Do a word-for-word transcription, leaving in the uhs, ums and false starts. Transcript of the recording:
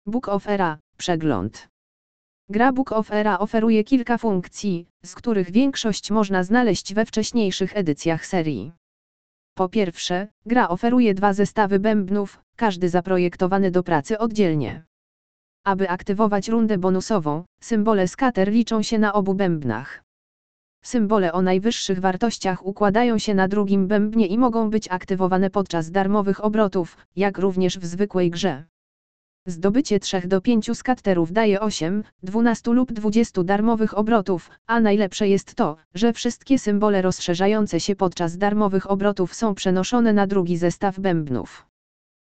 Book of Era – przegląd. Gra Book of Era oferuje kilka funkcji, z których większość można znaleźć we wcześniejszych edycjach serii. Po pierwsze, gra oferuje dwa zestawy bębnów, każdy zaprojektowany do pracy oddzielnie. Aby aktywować rundę bonusową, symbole scatter liczą się na obu bębnach. Symbole o najwyższych wartościach układają się na drugim bębnie i mogą być aktywowane podczas darmowych obrotów, jak również w zwykłej grze. Zdobycie trzech do pięciu scatterów daje osiem, dwanaście lub dwadzieścia darmowych obrotów, a najlepsze jest to, że wszystkie symbole rozszerzające się podczas darmowych obrotów są przenoszone na drugi zestaw bębnów.